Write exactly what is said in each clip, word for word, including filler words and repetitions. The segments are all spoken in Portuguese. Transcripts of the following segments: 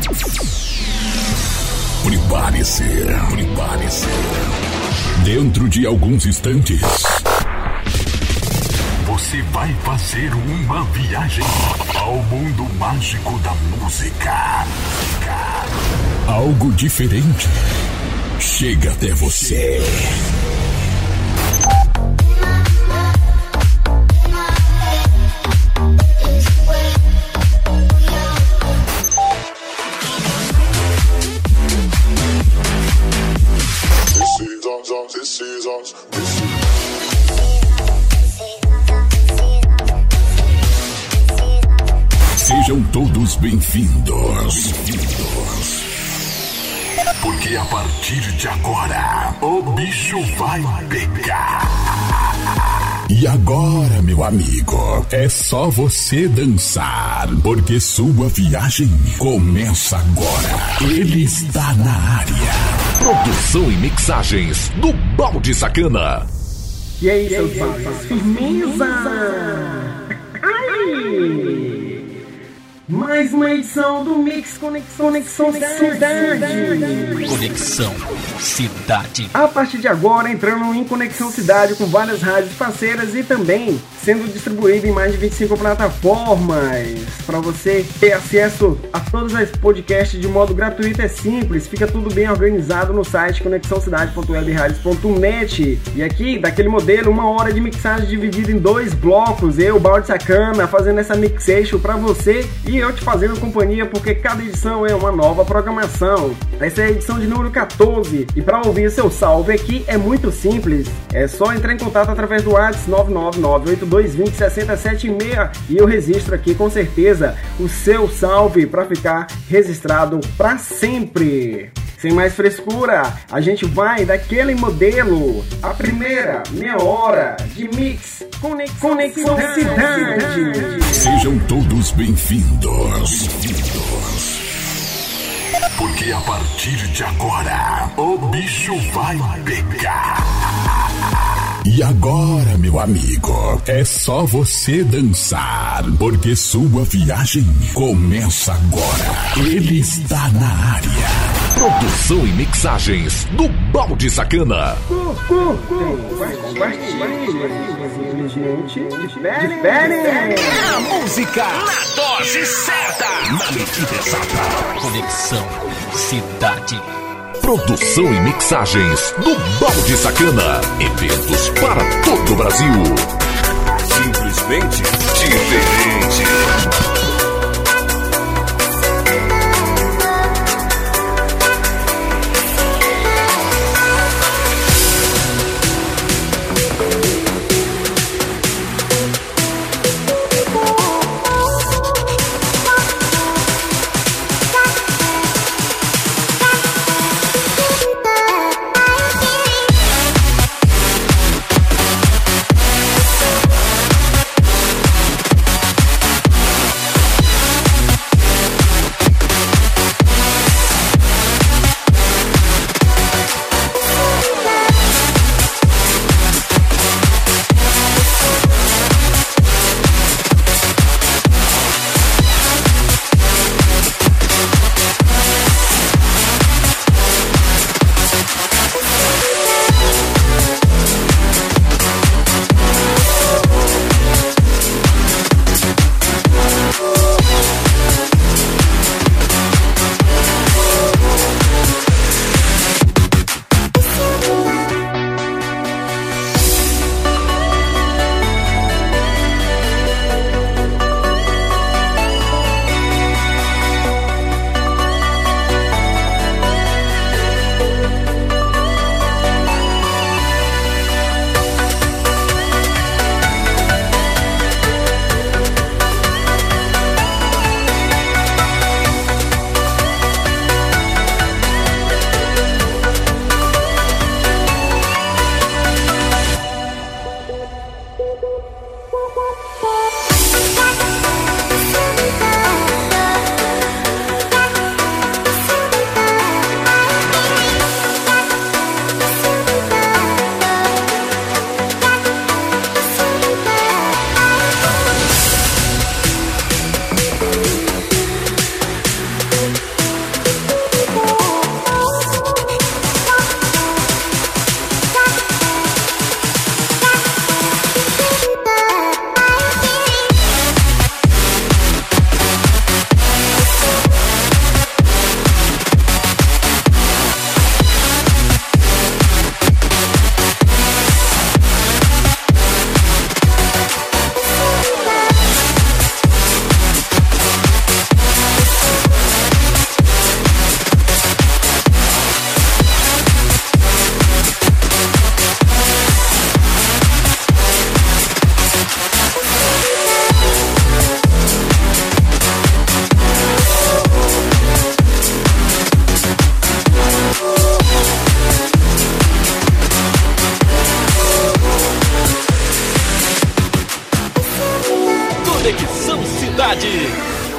Prepare-se, prepare-se. Dentro de alguns instantes, você vai fazer uma viagem ao mundo mágico da música. Algo diferente chega até você. Sejam todos bem-vindos. Bem-vindos. Porque a partir de agora, o bicho vai pegar. E agora, meu amigo, é só você dançar, porque sua viagem começa agora. Ele está na área. Produção e mixagens do Balde Sacana. E aí, seus baldes? Firmeza! Ai! Mais uma edição do Mix Conexão, Conexão Cidade. Conexão Cidade. A partir de agora, entrando em Conexão Cidade com várias rádios parceiras e também sendo distribuído em mais de vinte e cinco plataformas. Para você ter acesso a todos os podcasts de modo gratuito é simples, fica tudo bem organizado no site conexão cidade ponto web radios ponto net. E aqui, daquele modelo, uma hora de mixagem dividida em dois blocos. Eu, Balde Sacana, fazendo essa mixation para você e eu te fazendo companhia, porque cada edição é uma nova programação. Essa é a edição de número quatorze e para ouvir seu salve aqui é muito simples. É só entrar em contato através do WhatsApp nove nove nove oito dois dois zero seis zero sete seis e eu registro aqui com certeza o seu salve para ficar registrado para sempre. Sem mais frescura, a gente vai daquele modelo. A primeira meia hora de mix Conexão, Conexão Cidade. Cidade. Sejam todos bem-vindos. Bem-vindos. Porque a partir de agora, o bicho vai pegar. E agora, meu amigo, é só você dançar, porque sua viagem começa agora. Ele está na área. Produção e mixagens do Balde Sacana. A música na dose certa, na medida exata. Conexão Cidade. Produção e mixagens do Balde Sacana. Eventos para todo o Brasil. Simplesmente diferente.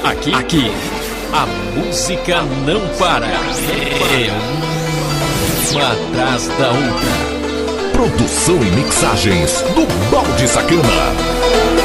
Aqui, aqui, a música não para. É uma atrás da outra. Produção e mixagens do Balde Sacana.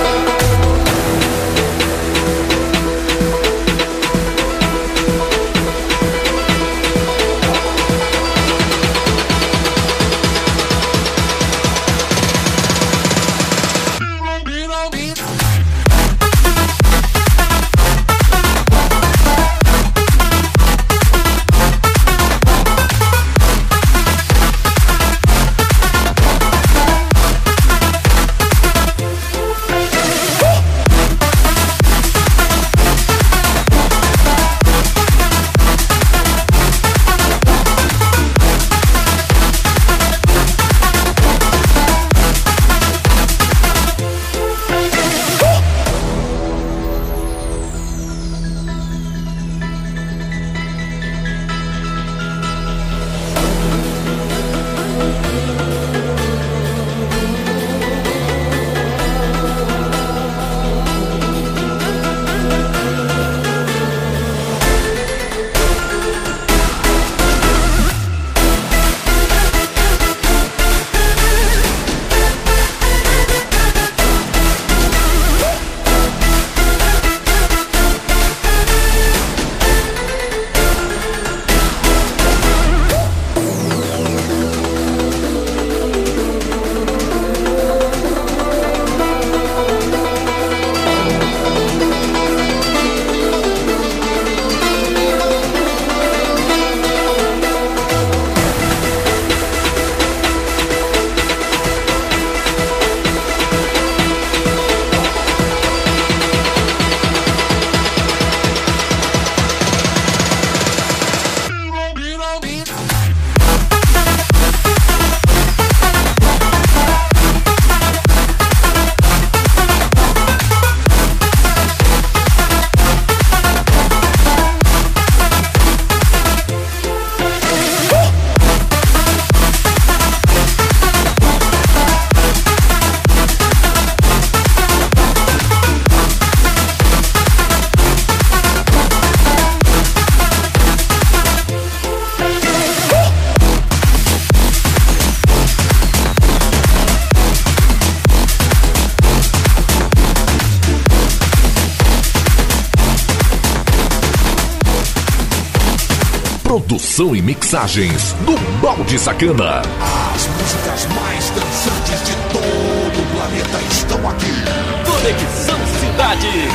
Produção e mixagens do Balde Sacana. As músicas mais dançantes de todo o planeta estão aqui. Conexão Cidade.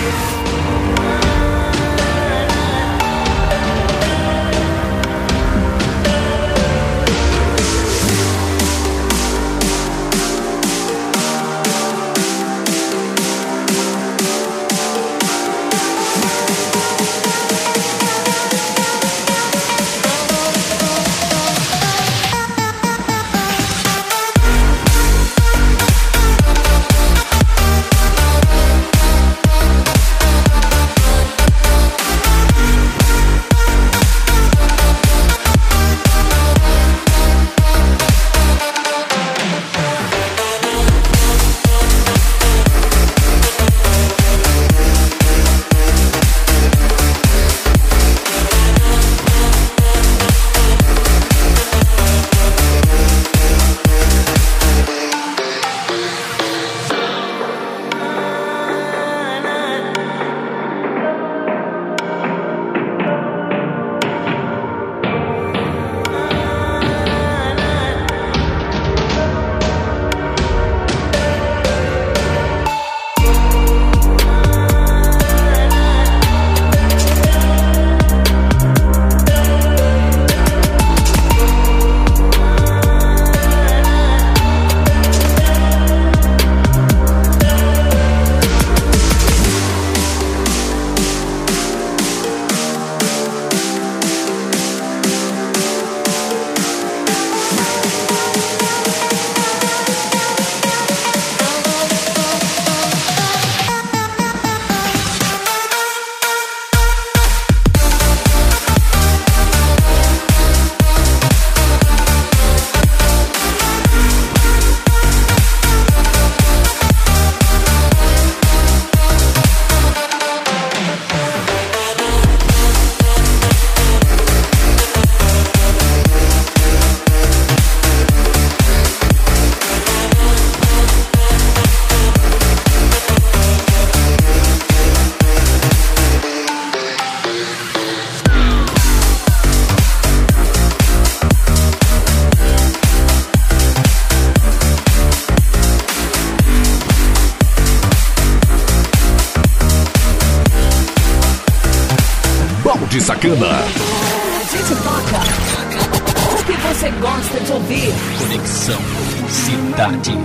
Balde Sacana. A gente toca o que você gosta de ouvir. Conexão Cidade.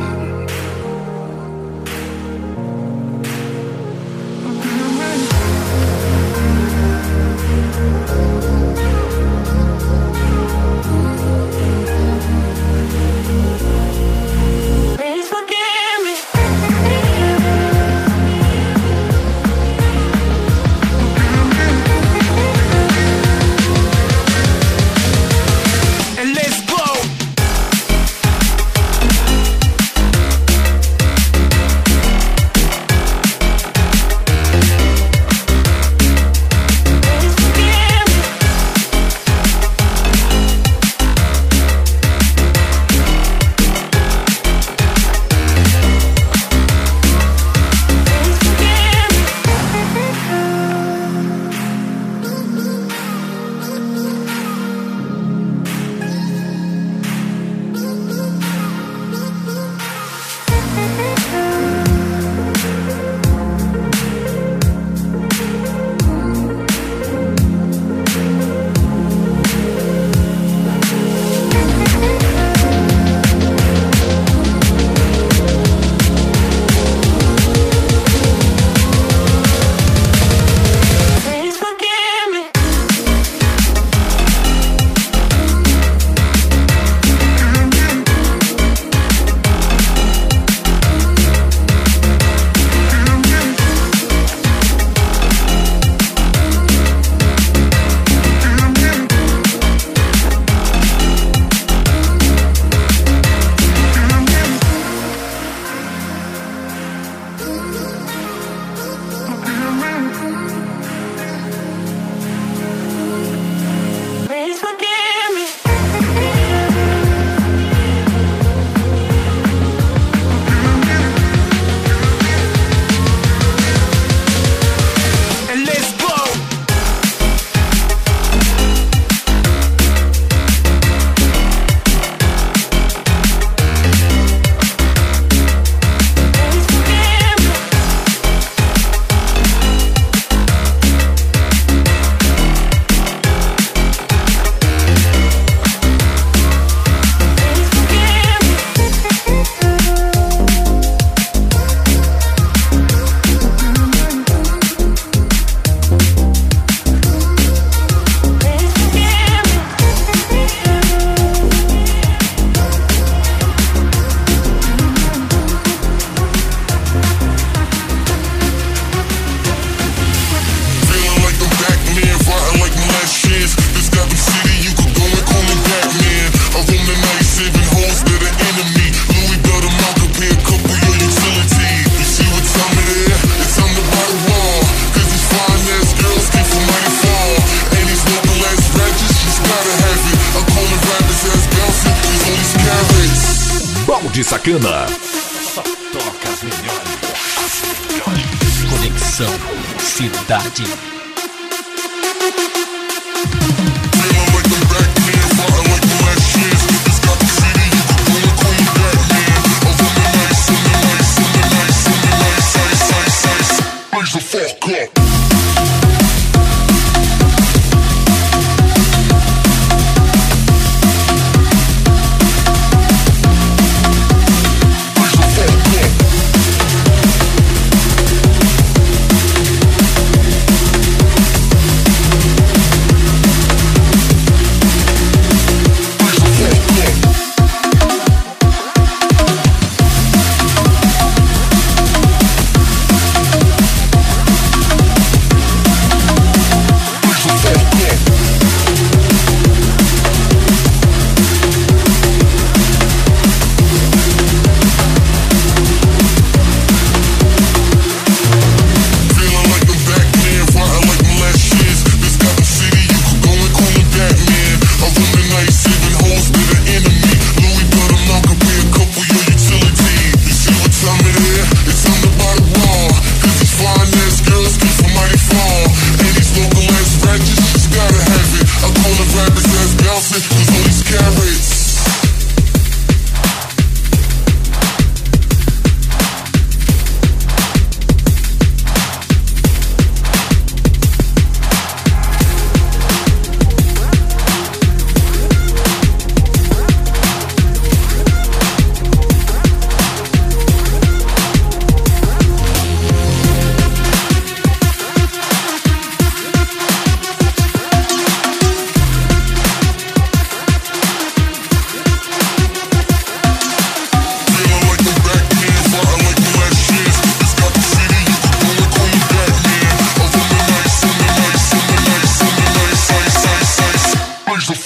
Balde Sacana. Só toca as melhores. As melhores. Conexão Cidade.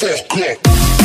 fuck up.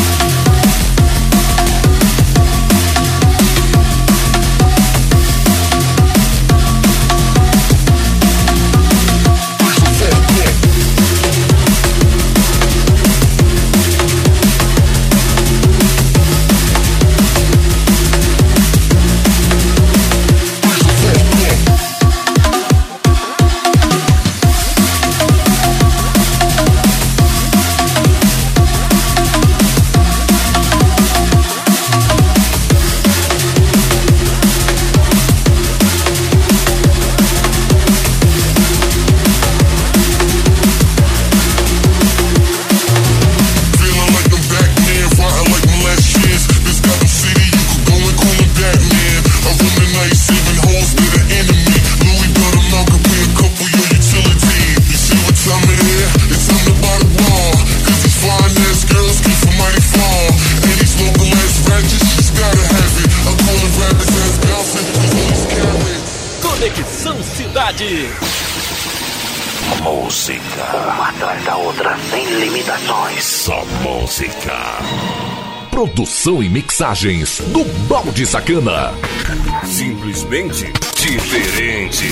Conexão Cidade. Música, uma atrás da outra, sem limitações. Só música. Produção e mixagens do Balde Sacana. Simplesmente diferente.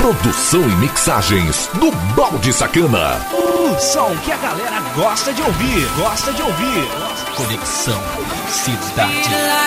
Produção e mixagens do Balde Sacana. O som que a galera gosta de ouvir, gosta de ouvir. Conexão Cidade.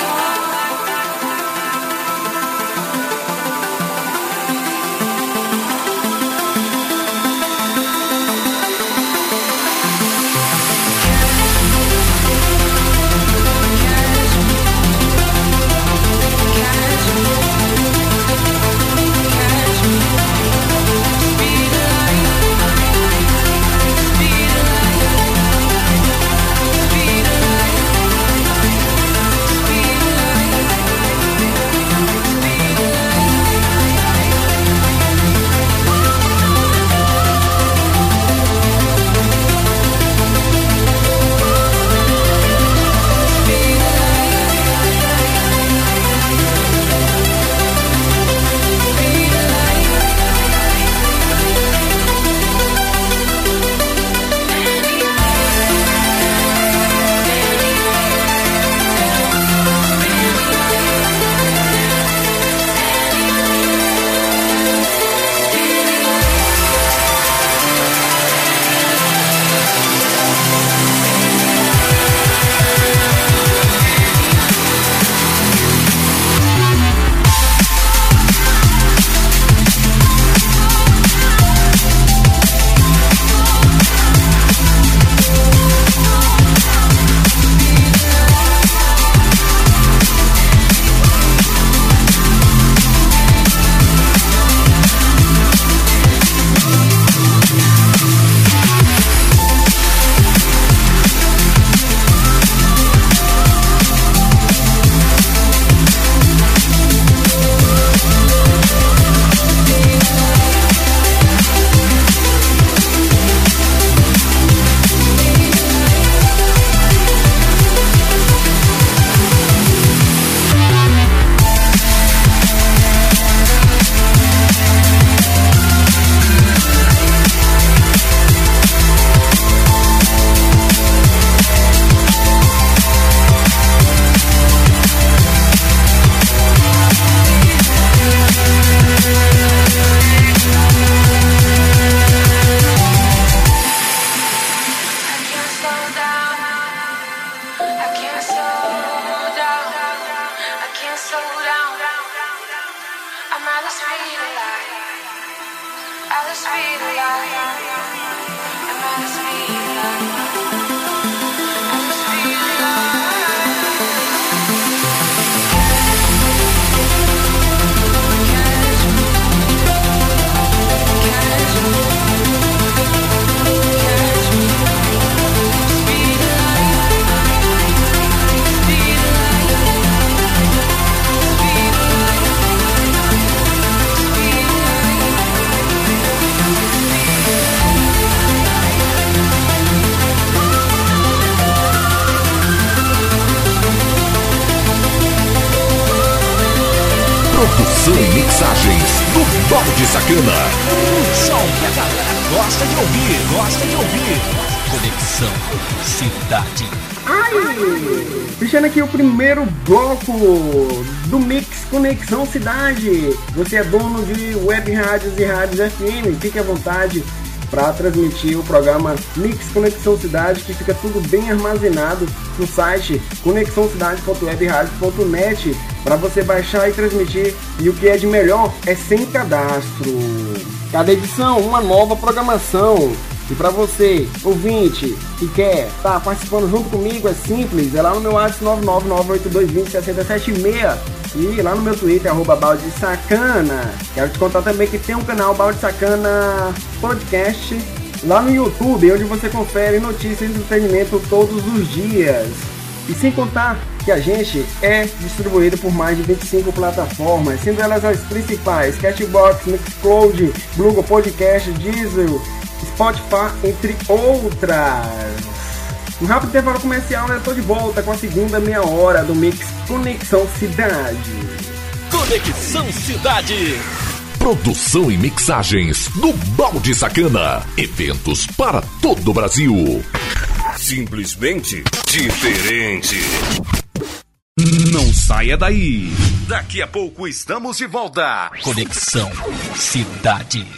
Produção e mixagens do Balde Sacana. O som que a galera gosta de ouvir, gosta de ouvir. Conexão Cidade. Ai! Fechando aqui o primeiro bloco do Mix Conexão Cidade. Você é dono de web rádios e rádios F M, fique à vontade para transmitir o programa Mix Conexão Cidade, que fica tudo bem armazenado no site conexão cidade ponto web rádio ponto net para você baixar e transmitir. E o que é de melhor é sem cadastro. Cada edição uma nova programação. E para você, ouvinte, que quer estar tá participando junto comigo, é simples, é lá no meu WhatsApp nove nove nove oito dois dois zero seis sete seis e lá no meu Twitter, arroba Balde Sacana. Quero te contar também que tem um canal Balde Sacana Podcast lá no YouTube, onde você confere notícias e entretenimento todos os dias. E sem contar que a gente é distribuído por mais de vinte e cinco plataformas, sendo elas as principais: Cashbox, Mixcloud, Google Podcast, Deezer, Spotify, entre outras. Um rápido intervalo comercial, eu tô de volta com a segunda meia hora do Mix Conexão Cidade. Conexão Cidade. Produção e mixagens do Balde Sacana. Eventos para todo o Brasil. Simplesmente diferente. Não saia daí. Daqui a pouco estamos de volta. Conexão Cidade.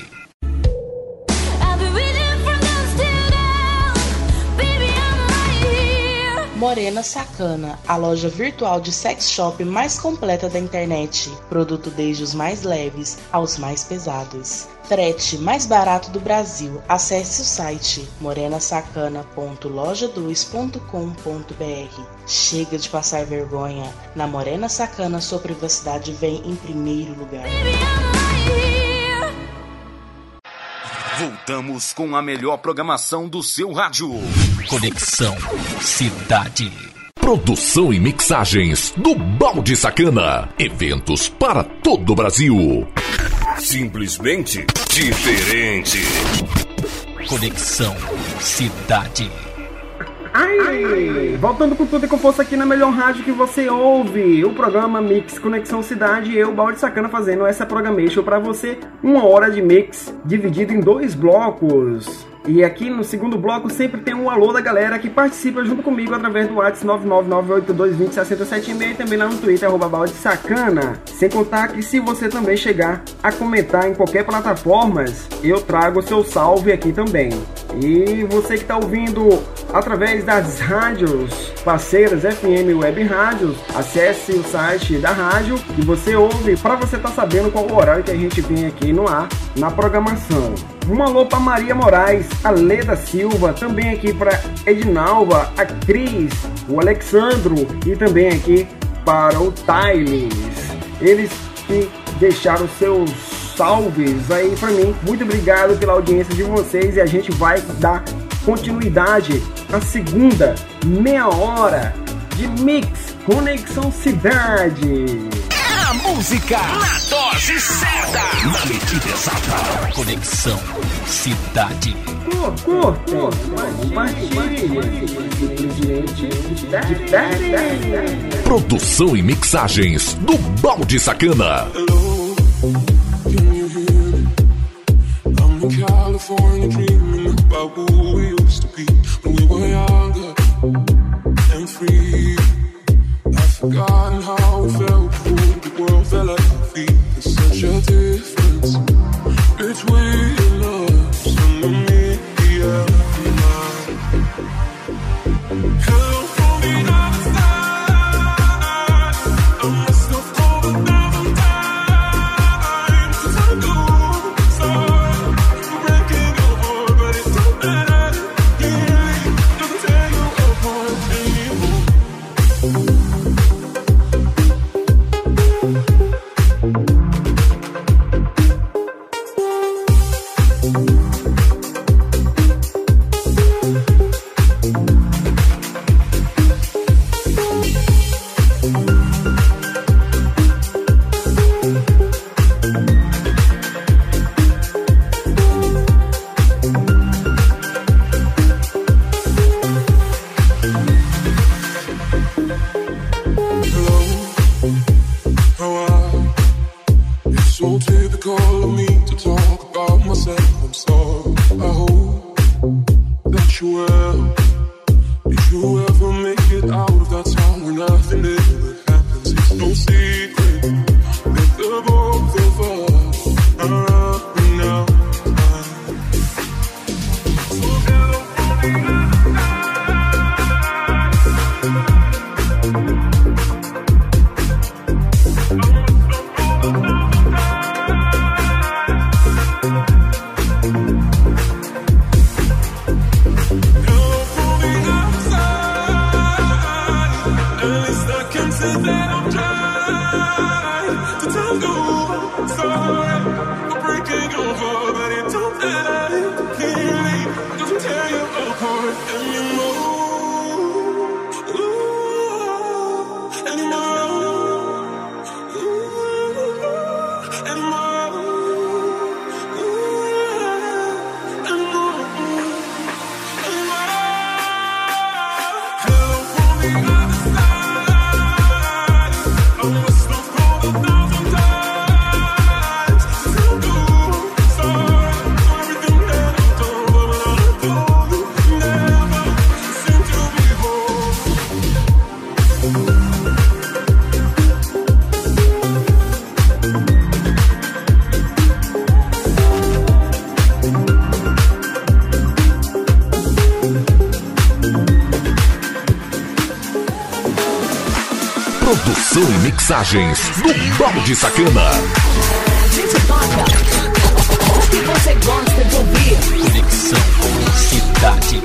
Morena Sacana, a loja virtual de sex shop mais completa da internet. Produto desde os mais leves aos mais pesados. Frete mais barato do Brasil. Acesse o site morena sacana ponto loja dois ponto com ponto b r. Chega de passar vergonha. Na Morena Sacana, sua privacidade vem em primeiro lugar. Voltamos com a melhor programação do seu rádio. Conexão Cidade. Produção e mixagens do Balde Sacana. Eventos para todo o Brasil. Simplesmente diferente. Conexão Cidade. Ai, voltando com tudo e com força aqui na melhor rádio que você ouve, o programa Mix Conexão Cidade, eu, Balde Sacana, fazendo essa programation pra você, uma hora de mix dividido em dois blocos. E aqui no segundo bloco sempre tem um alô da galera que participa junto comigo através do WhatsApp nove nove nove oito dois dois zero seis sete seis e também lá no Twitter, arroba Balde Sacana. Sem contar que se você também chegar a comentar em qualquer plataforma, eu trago o seu salve aqui também. E você que está ouvindo através das rádios parceiras F M Web Rádios, acesse o site da rádio e você ouve para você estar tá sabendo qual o horário que a gente vem aqui no ar na programação. Um alô para Maria Moraes, a Leda Silva, também aqui para Edinalva, a Cris, o Alexandro e também aqui para o Thales. Eles que deixaram seus salves aí para mim. Muito obrigado pela audiência de vocês e a gente vai dar continuidade à segunda meia hora de Mix Conexão Cidade. A música na dose certa, na medida exata. Conexão Cidade. Curta, compartilhe. Produção e mixagens do Balde Sacana. I'm in California dreaming about who we used to be when we were younger and free. I've forgotten how it felt when the world fell at our feet. There's such a difference between us and the media now. Hello from the other side. I must have called a thousand times to tell you sorry for breaking your heart, but it don't matter. It really doesn't tear you apart anymore. Everything Produção e mixagens do Balde Sacana. A gente toca o que você gosta de ouvir. Conexão Cidade.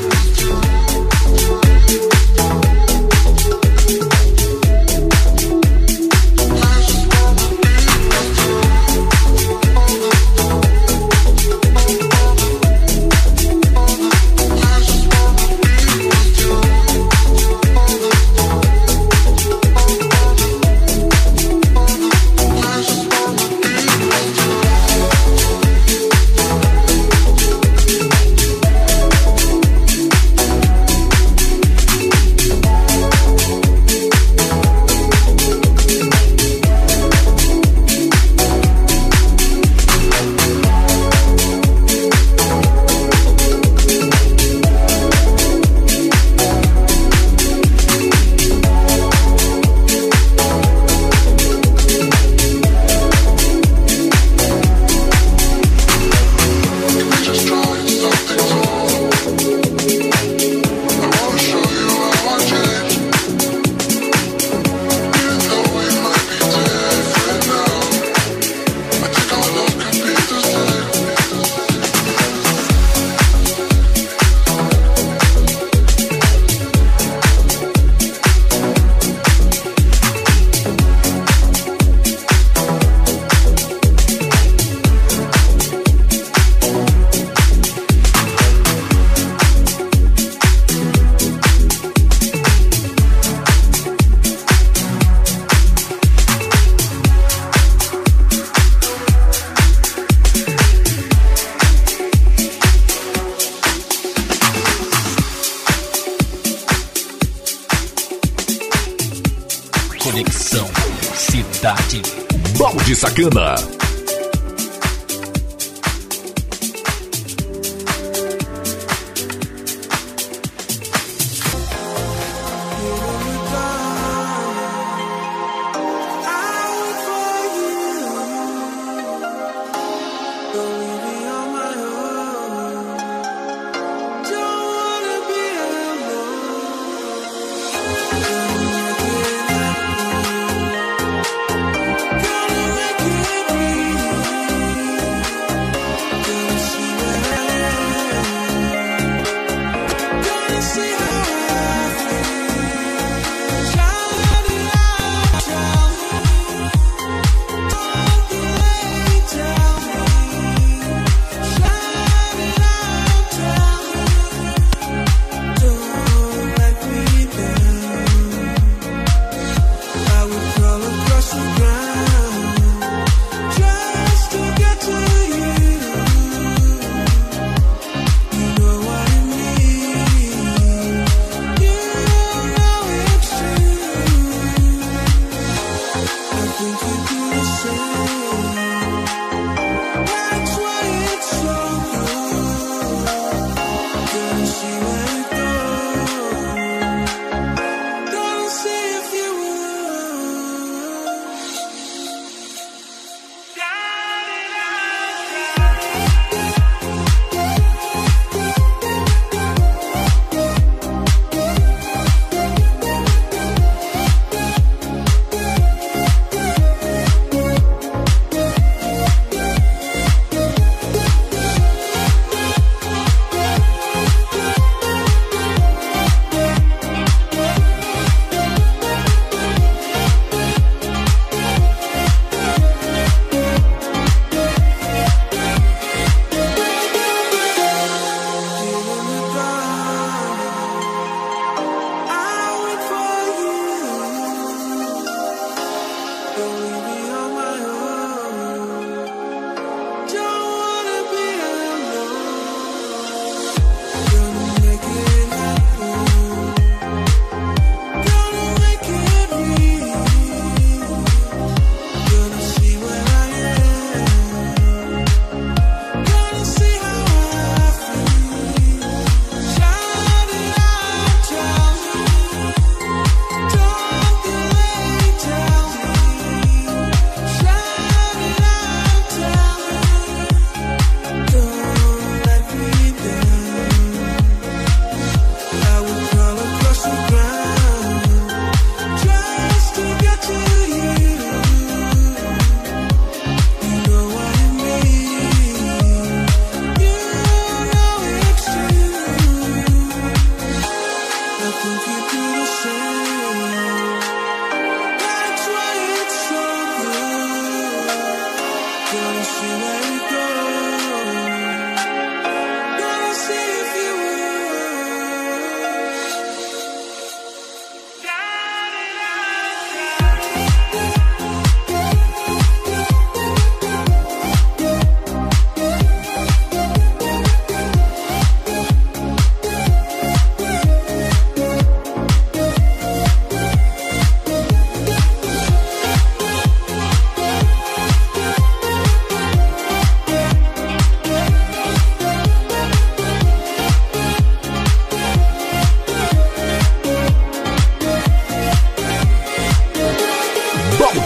Conexão Cidade. Balde Sacana.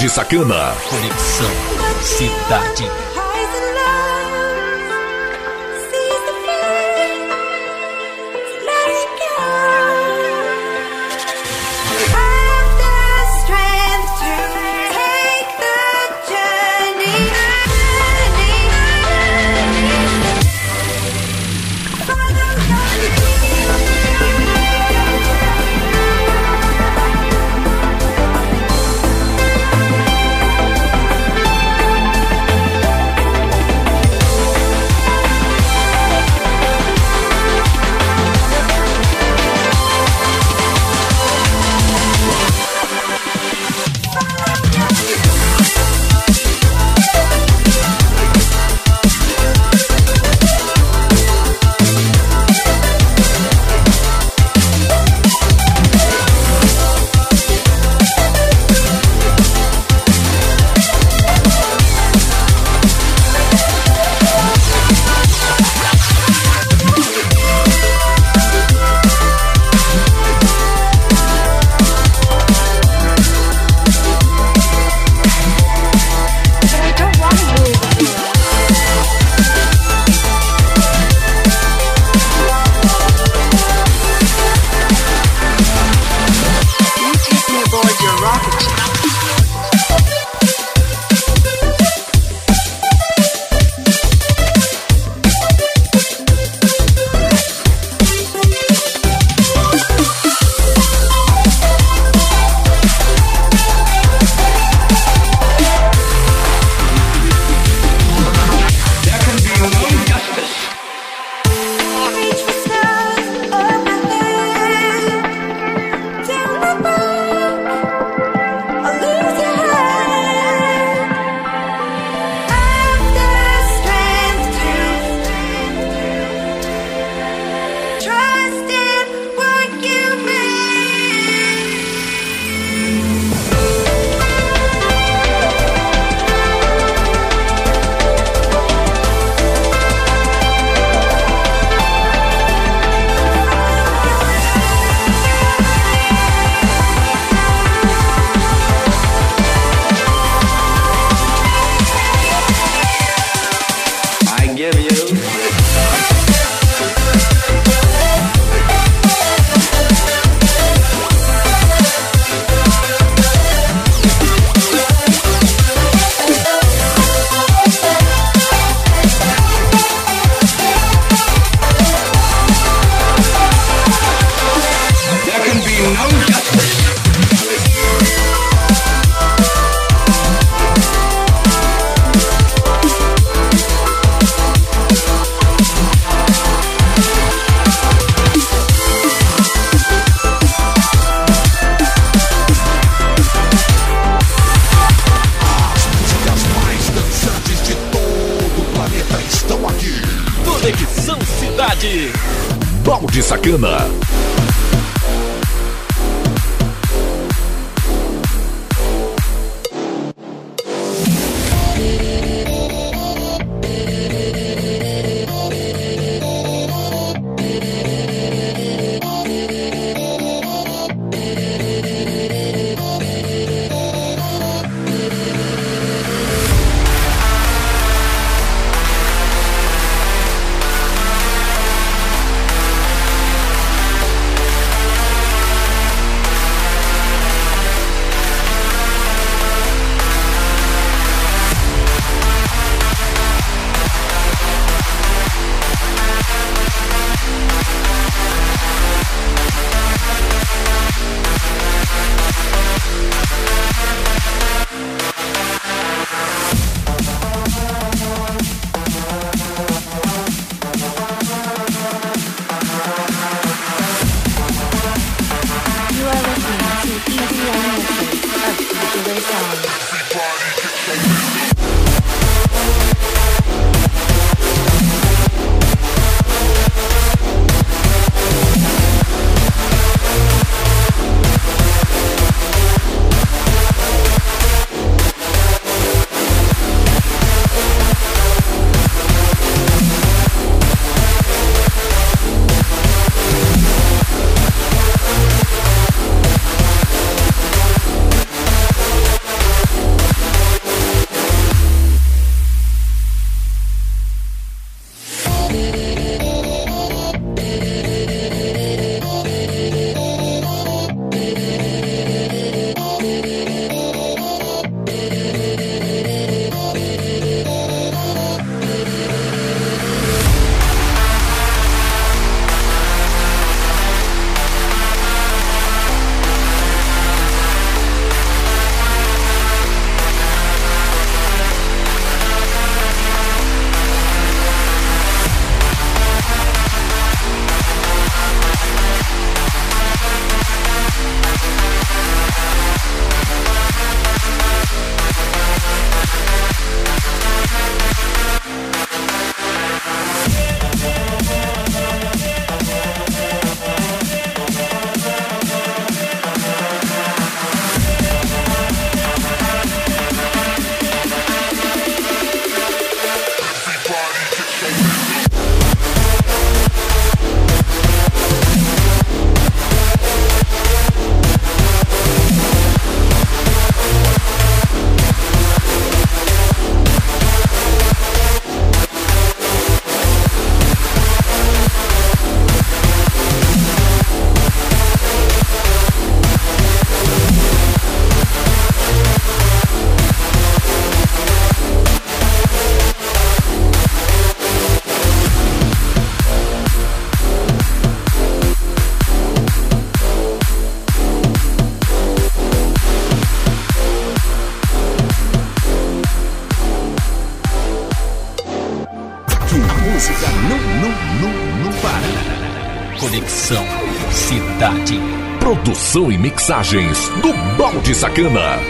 Balde Sacana. Conexão Cidade. Conexão Cidade. Balde Sacana. A música não, não, não, não para. Conexão Cidade. Produção e mixagens do Balde Sacana.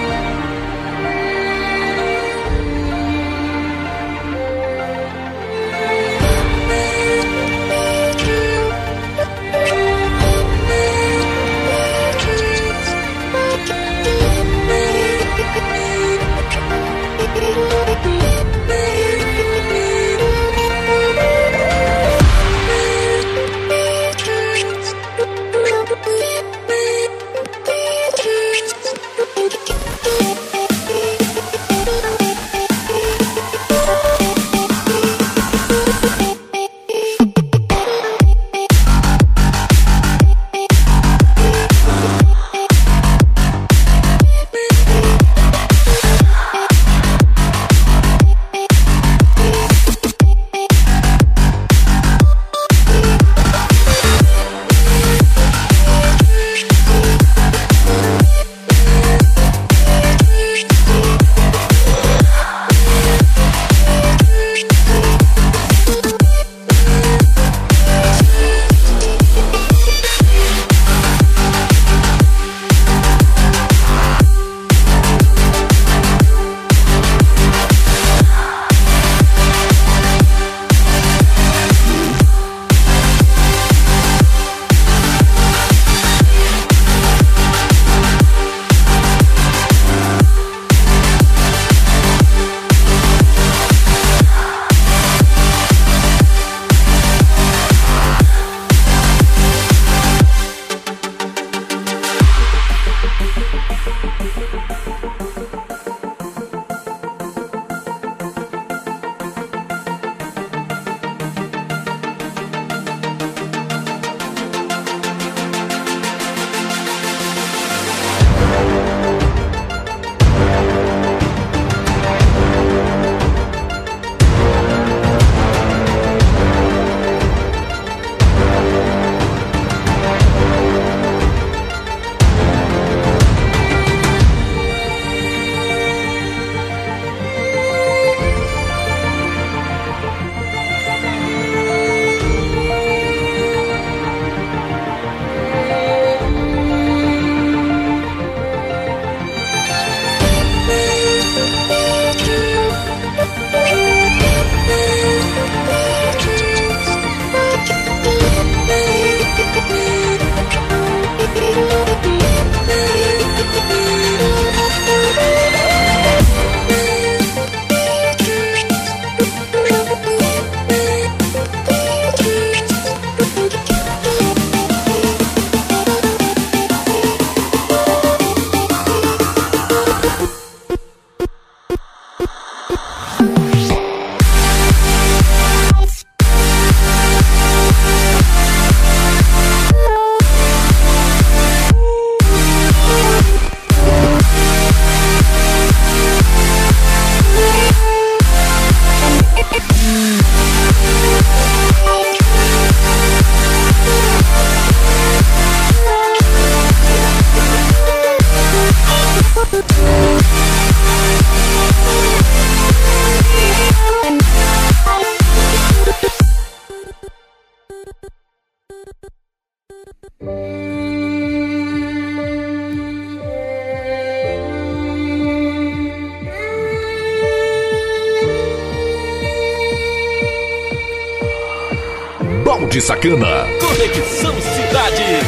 Balde Sacana. Conexão Cidade.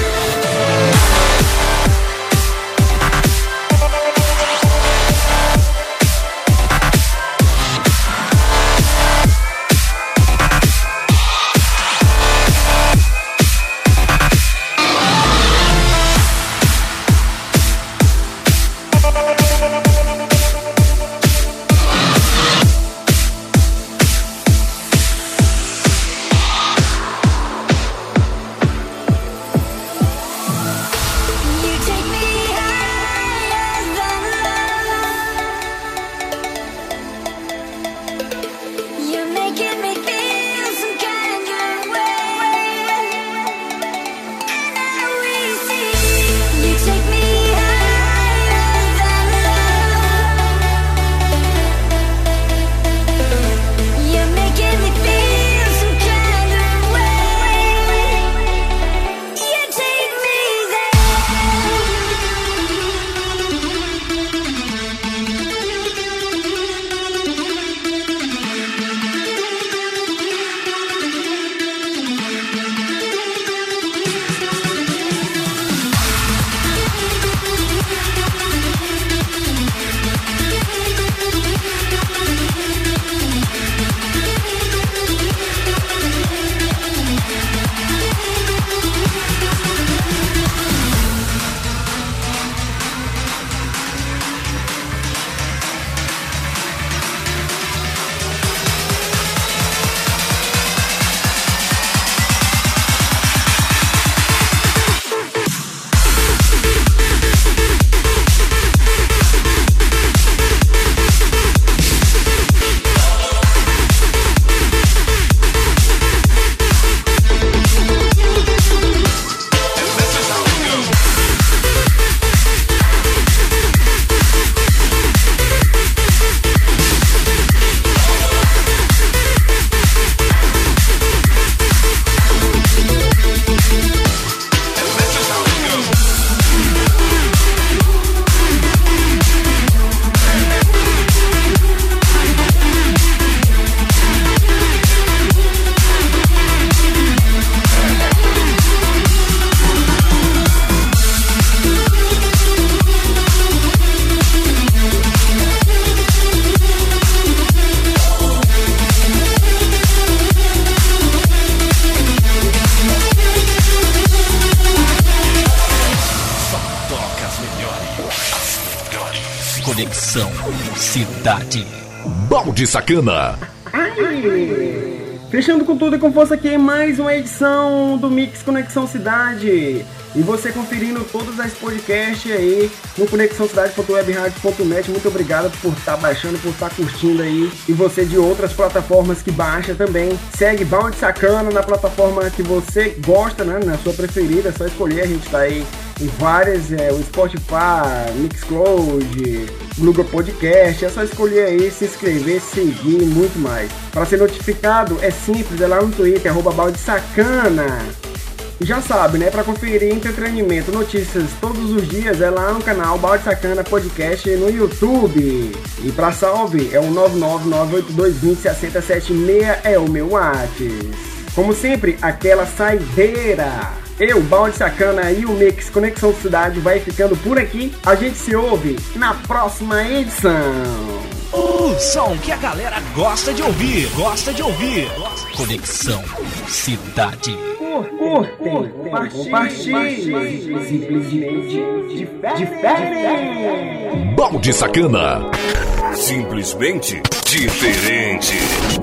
Conexão Cidade. Balde Sacana. Ai. Fechando com tudo e com força aqui, mais uma edição do Mix Conexão Cidade. E você conferindo todos os podcasts aí no conexão cidade ponto web rádio ponto net. Muito obrigado por estar tá baixando, por estar tá curtindo aí. E você de outras plataformas que baixa também. Segue Balde Sacana na plataforma que você gosta, né? Na sua preferida, é só escolher. A gente tá aí em várias, é, o Spotify, Mixcloud, Google Podcast. É só escolher aí, se inscrever, seguir e muito mais. Para ser notificado é simples, é lá no Twitter, arroba Balde Sacana. Já sabe, né? Para conferir entretenimento, notícias todos os dias é lá no canal Balde Sacana Podcast no YouTube. E para salve é o nove nove nove oito dois dois zero seis zero sete seis, é o meu WhatsApp. Como sempre, aquela saideira. Eu, Balde Sacana e o Mix Conexão Cidade vai ficando por aqui. A gente se ouve na próxima edição. O som que a galera gosta de ouvir, gosta de ouvir. Conexão Cidade. Curtem, compartilhem, simplesmente diferente. Balde Sacana. Simplesmente diferente.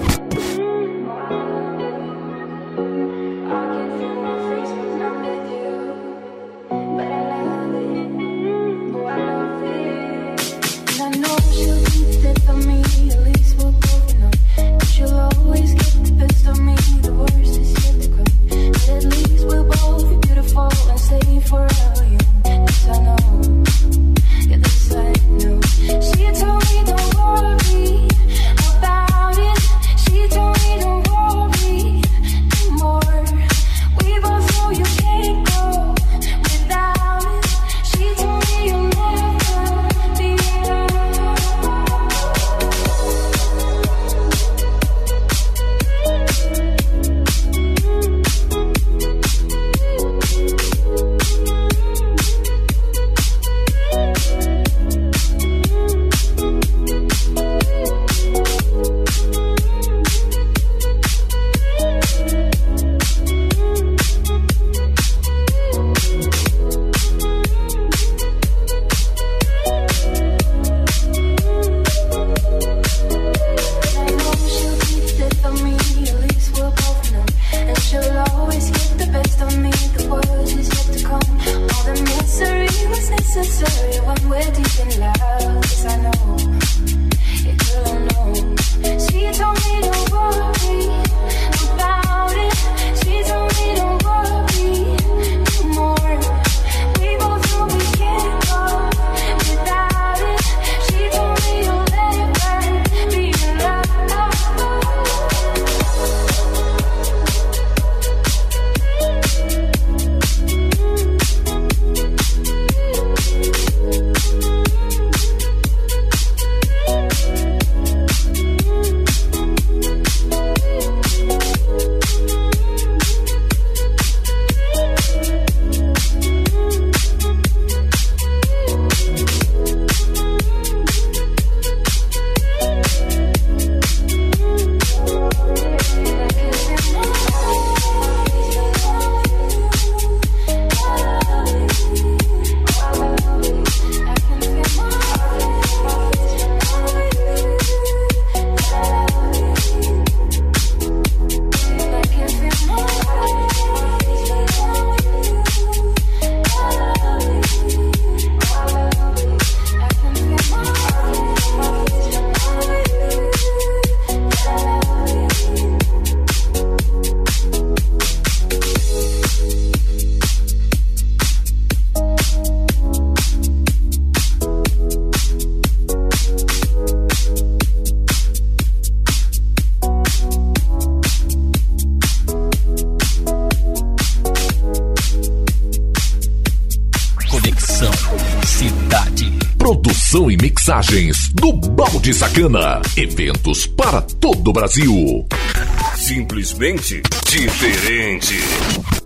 Produção e mixagens do Balde Sacana. Eventos para todo o Brasil. Simplesmente diferente.